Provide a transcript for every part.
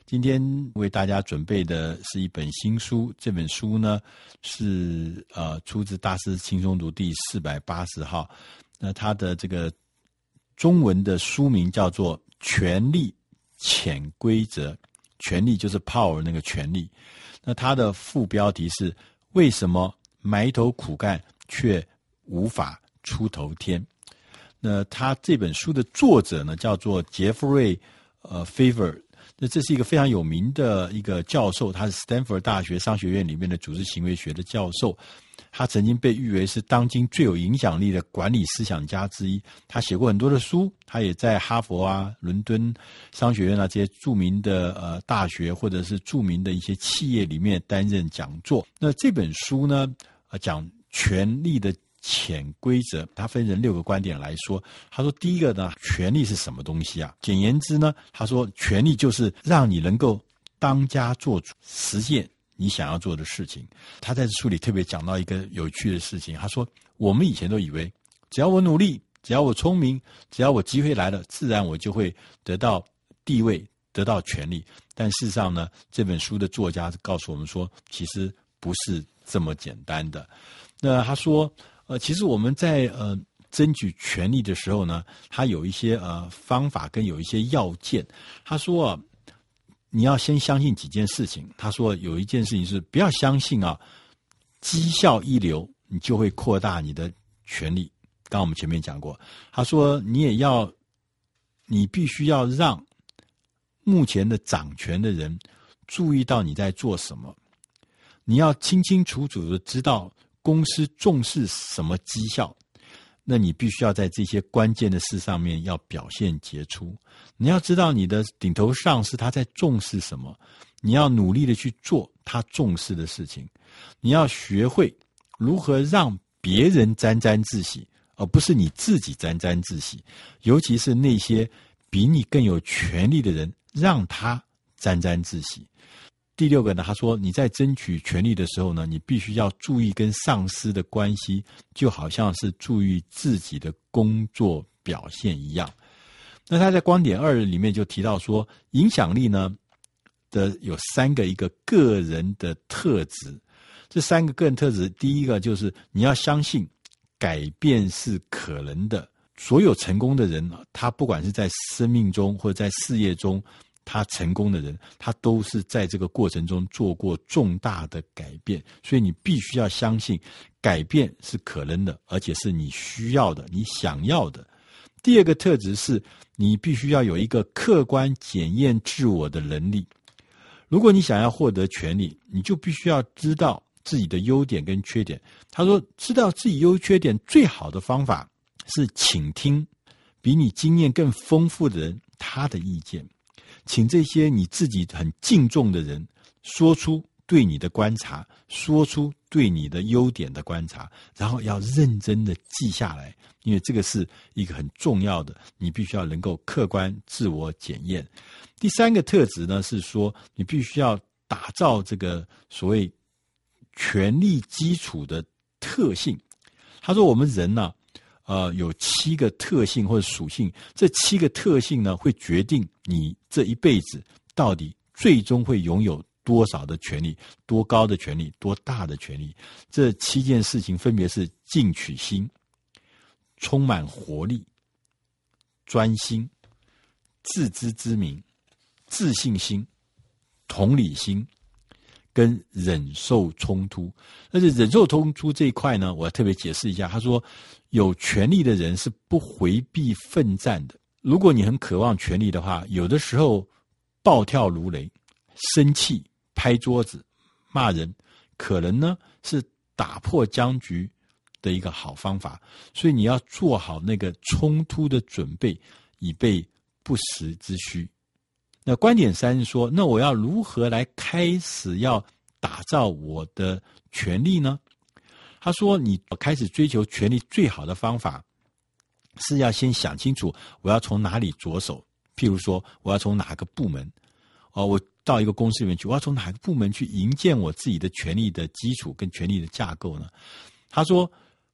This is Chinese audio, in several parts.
今天为大家准备的是一本新书，这本书呢是出自大师轻松读第480号。那它的这个中文的书名叫做《权力潜规则》，权力就是 power 那个权力。那它的副标题是为什么埋头苦干却无法出头天。那他这本书的作者呢叫做杰弗瑞Favor， 那这是一个非常有名的一个教授，他是斯坦福大学商学院里面的组织行为学的教授，他曾经被誉为是当今最有影响力的管理思想家之一。他写过很多的书，他也在哈佛啊、伦敦商学院啊这些著名的大学或者是著名的一些企业里面担任讲座。那这本书呢讲权力的潜规则，他分成6个观点来说。他说第一个呢，权力是什么东西啊？简言之呢，他说权力就是让你能够当家做主，实现你想要做的事情。他在书里特别讲到一个有趣的事情，他说我们以前都以为只要我努力，只要我聪明，只要我机会来了，自然我就会得到地位，得到权力。但事实上呢，这本书的作家告诉我们说，其实不是这么简单的。那他说其实我们在争取权利的时候呢，他有一些方法跟有一些要件。他说你要先相信几件事情。他说有一件事情是不要相信绩效一流你就会扩大你的权利，刚刚我们前面讲过。他说你必须要让目前的掌权的人注意到你在做什么，你要清清楚楚的知道公司重视什么绩效，那你必须要在这些关键的事上面要表现杰出。你要知道你的顶头上司他在重视什么，你要努力的去做他重视的事情。你要学会如何让别人沾沾自喜，而不是你自己沾沾自喜，尤其是那些比你更有权力的人，让他沾沾自喜。第6个呢，他说你在争取权利的时候呢，你必须要注意跟上司的关系，就好像是注意自己的工作表现一样。那他在观点2里面就提到说，影响力呢的有3个一个个人的特质。这3个个人特质，第一个就是你要相信改变是可能的。所有成功的人，他不管是在生命中或者在事业中他成功的人，他都是在这个过程中做过重大的改变，所以你必须要相信改变是可能的，而且是你需要的，你想要的。第2个特质是你必须要有一个客观检验自我的能力。如果你想要获得权利，你就必须要知道自己的优点跟缺点。他说知道自己优缺点最好的方法是倾听比你经验更丰富的人他的意见，请这些你自己很敬重的人说出对你的观察，说出对你的优点的观察，然后要认真的记下来，因为这个是一个很重要的，你必须要能够客观自我检验。第3个特质呢，是说你必须要打造这个所谓权力基础的特性。他说我们人呢有7个特性或者属性，这7个特性呢会决定你这一辈子到底最终会拥有多少的权利，多高的权利，多大的权利。这7件事情分别是进取心、充满活力、专心、自知之明、自信心、同理心跟忍受冲突。但是忍受冲突这一块呢，我要特别解释一下。他说有权力的人是不回避奋战的。如果你很渴望权力的话，有的时候暴跳如雷、生气、拍桌子、骂人，可能呢是打破僵局的一个好方法。所以你要做好那个冲突的准备，以备不时之需。那观点3是说，那我要如何来开始要打造我的权利呢？他说你开始追求权利最好的方法是要先想清楚我要从哪里着手。譬如说我要从哪个部门我到一个公司里面去，我要从哪个部门去营建我自己的权利的基础跟权利的架构呢？他说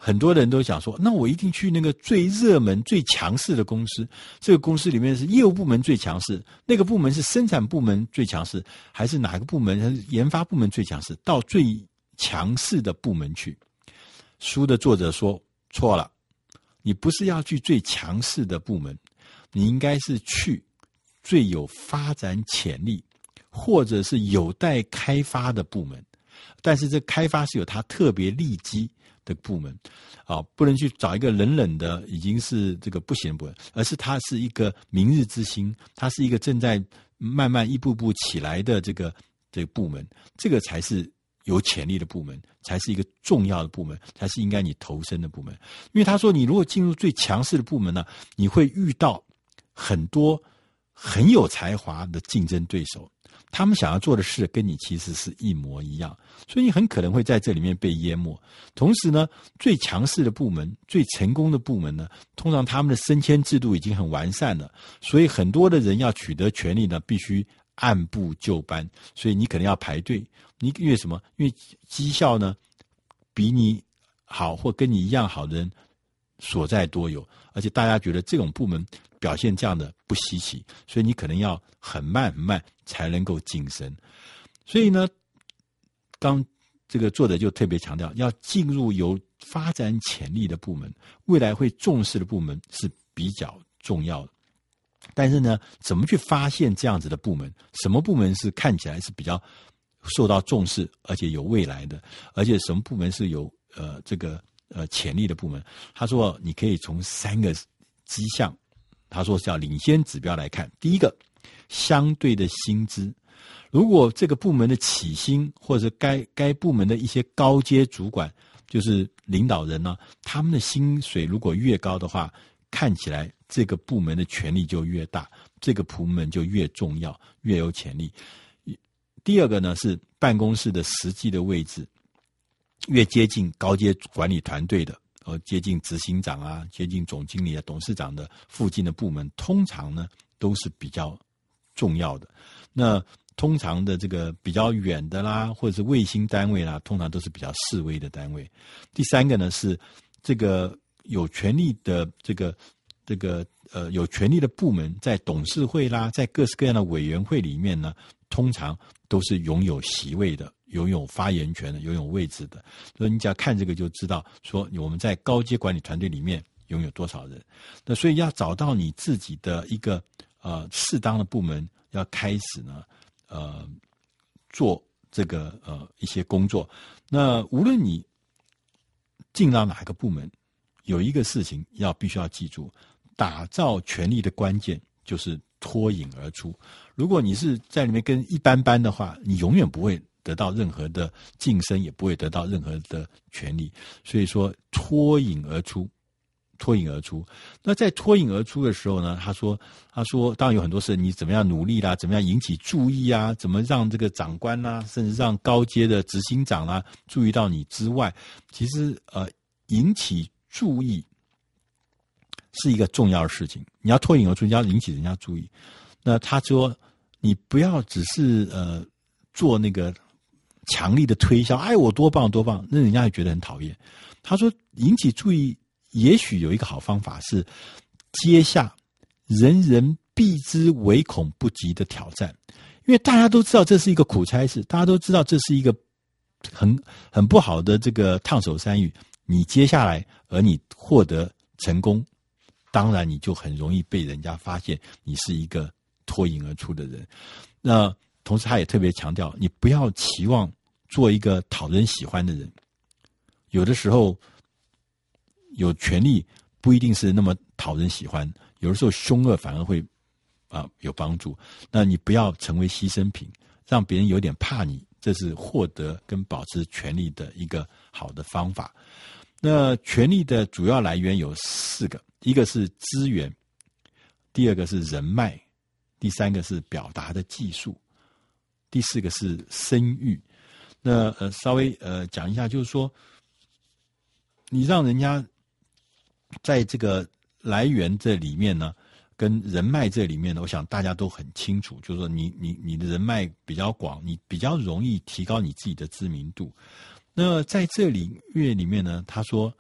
很多人都想说，那我一定去那个最热门、最强势的公司。这个公司里面是业务部门最强势，那个部门是生产部门最强势，还是哪个部门？还是研发部门最强势？到最强势的部门去。书的作者说错了，你不是要去最强势的部门，你应该是去最有发展潜力，或者是有待开发的部门。但是这开发是有它特别利基的部门不能去找一个冷冷的已经是这个不行的部门，而是它是一个明日之星，它是一个正在慢慢一步步起来的这个部门，这个才是有潜力的部门，才是一个重要的部门，才是应该你投身的部门。因为他说你如果进入最强势的部门呢，你会遇到很多很有才华的竞争对手，他们想要做的事跟你其实是一模一样，所以你很可能会在这里面被淹没。同时呢，最强势的部门、最成功的部门呢，通常他们的升迁制度已经很完善了，所以很多的人要取得权利呢，必须按部就班，所以你可能要排队。因为什么？因为绩效呢比你好或跟你一样好的人所在多有，而且大家觉得这种部门表现这样的不稀奇，所以你可能要很慢很慢才能够晋升。所以呢，刚这个作者就特别强调，要进入有发展潜力的部门，未来会重视的部门是比较重要的。但是呢，怎么去发现这样子的部门？什么部门是看起来是比较受到重视，而且有未来的，而且什么部门是有潜力的部门？他说你可以从3个迹象，他说叫领先指标来看。第一个，相对的薪资。如果这个部门的起薪，或者该部门的一些高阶主管，就是领导人呢，他们的薪水如果越高的话，看起来这个部门的权力就越大，这个部门就越重要，越有潜力。第二个呢，是办公室的实际的位置，越接近高阶管理团队的，接近执行长啊，接近总经理啊、董事长的附近的部门，通常呢都是比较重要的。那通常的这个比较远的啦，或者是卫星单位啦，通常都是比较示威的单位。第三个呢，是这个有权力的有权力的部门，在董事会啦，在各式各样的委员会里面呢，通常都是拥有席位的，拥有发言权的，拥有位置的。所以你只要看这个就知道，说我们在高阶管理团队里面拥有多少人。那所以要找到你自己的一个适当的部门，要开始呢做这个一些工作。那无论你进到哪个部门，有一个事情必须要记住，打造权力的关键就是脱颖而出。如果你是在里面跟一般般的话，你永远不会得到任何的晋升，也不会得到任何的权利。所以说脱颖而出。那在脱颖而出的时候呢，他说当然有很多事，你怎么样努力啦，怎么样引起注意啊，怎么让这个长官啦，甚至让高阶的执行长啦注意到你之外，其实引起注意是一个重要的事情。你要脱颖而出，你要引起人家注意。那他说你不要只是做那个强力的推销，我多棒多棒，那人家会觉得很讨厌。他说引起注意也许有一个好方法是接下人人避之唯恐不及的挑战。因为大家都知道这是一个苦差事，大家都知道这是一个很不好的这个烫手山芋，你接下来而你获得成功，当然你就很容易被人家发现你是一个脱颖而出的人。那同时他也特别强调，你不要期望做一个讨人喜欢的人，有的时候有权力不一定是那么讨人喜欢，有的时候凶恶反而会有帮助。那你不要成为牺牲品，让别人有点怕你，这是获得跟保持权力的一个好的方法。那权力的主要来源有4个，一个是资源，第2个是人脉，第3个是表达的技术，第4个是声誉。那稍微讲一下，就是说你让人家在这个来源这里面呢，跟人脉这里面呢，我想大家都很清楚，就是说你的人脉比较广，你比较容易提高你自己的知名度。那在这领域里面呢，他说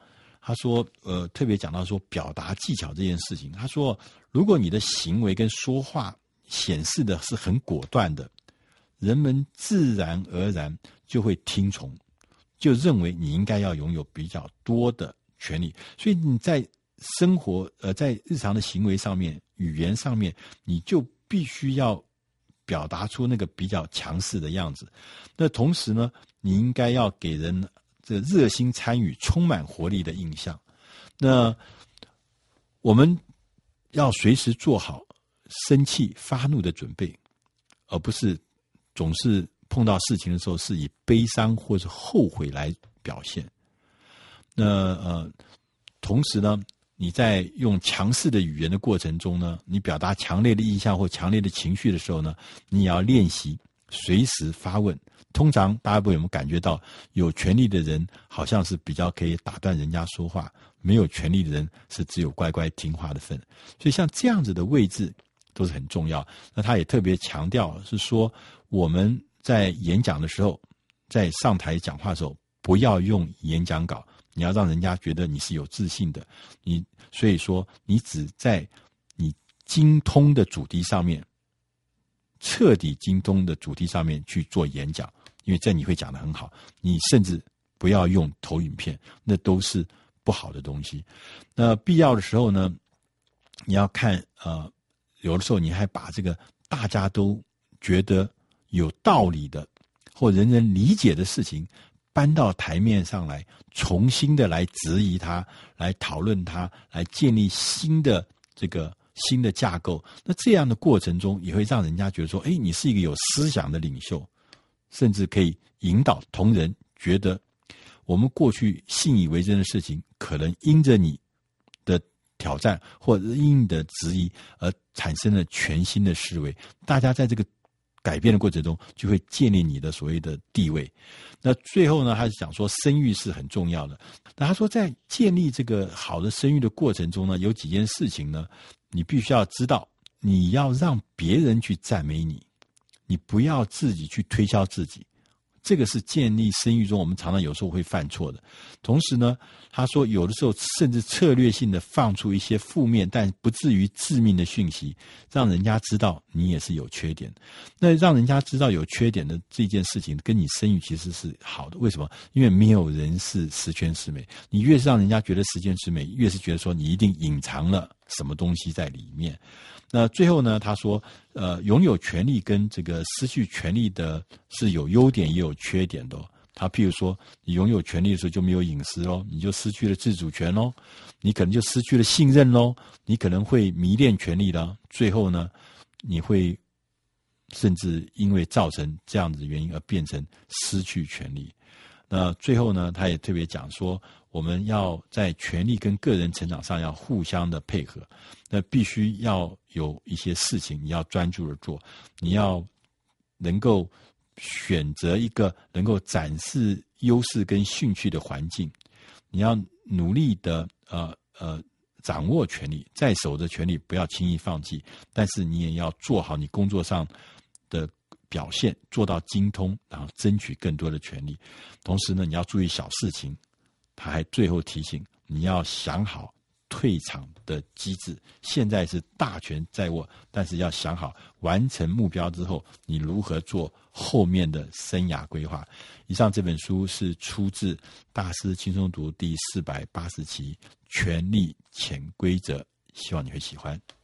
他说特别讲到说表达技巧这件事情，他说如果你的行为跟说话显示的是很果断的，人们自然而然就会听从，就认为你应该要拥有比较多的权利。所以你在生活在日常的行为上面、语言上面，你就必须要表达出那个比较强势的样子。那同时呢，你应该要给人这热心参与、充满活力的印象。那我们要随时做好生气、发怒的准备，而不是总是碰到事情的时候是以悲伤或者后悔来表现。那同时呢，你在用强势的语言的过程中呢，你表达强烈的意向或强烈的情绪的时候呢，你也要练习随时发问。通常大家有没有感觉到，有权力的人好像是比较可以打断人家说话，没有权力的人是只有乖乖听话的份。所以像这样子的位置都是很重要。那他也特别强调是说，我们在演讲的时候，在上台讲话的时候，不要用演讲稿，你要让人家觉得你是有自信的。所以说你只在你精通的主题上面，彻底精通的主题上面去做演讲，因为这你会讲得很好。你甚至不要用投影片，那都是不好的东西。那必要的时候呢，你要看有的时候你还把这个大家都觉得有道理的或人人理解的事情搬到台面上来，重新的来质疑它，来讨论它，来建立新的架构。那这样的过程中也会让人家觉得说，你是一个有思想的领袖，甚至可以引导同仁觉得我们过去信以为真的事情，可能因着你的挑战或者因你的质疑而产生了全新的思维。大家在这个改变的过程中就会建立你的所谓的地位。那最后呢，他是讲说声誉是很重要的。那他说在建立这个好的声誉的过程中呢，有几件事情呢，你必须要知道，你要让别人去赞美你，你不要自己去推销自己。这个是建立声誉中我们常常有时候会犯错的。同时呢，他说有的时候甚至策略性的放出一些负面但不至于致命的讯息，让人家知道你也是有缺点。那让人家知道有缺点的这件事情跟你声誉其实是好的。为什么？因为没有人是十全十美，你越是让人家觉得十全十美，越是觉得说你一定隐藏了什么东西在里面。那最后呢，他说拥有权利跟这个失去权利的是有优点也有缺点的。他譬如说，你拥有权利的时候就没有隐私咯，你就失去了自主权咯，你可能就失去了信任咯，你可能会迷恋权利了，最后呢，你会甚至因为造成这样子的原因而变成失去权利。那最后呢，他也特别讲说，我们要在权力跟个人成长上要互相的配合。那必须要有一些事情你要专注的做，你要能够选择一个能够展示优势跟兴趣的环境，你要努力的掌握权力，在手的权力不要轻易放弃，但是你也要做好你工作上的表现，做到精通，然后争取更多的权利。同时呢，你要注意小事情。他还最后提醒你要想好退场的机制，现在是大权在握，但是要想好完成目标之后你如何做后面的生涯规划。以上这本书是出自大师轻松读第480期《权力潜规则》，希望你会喜欢。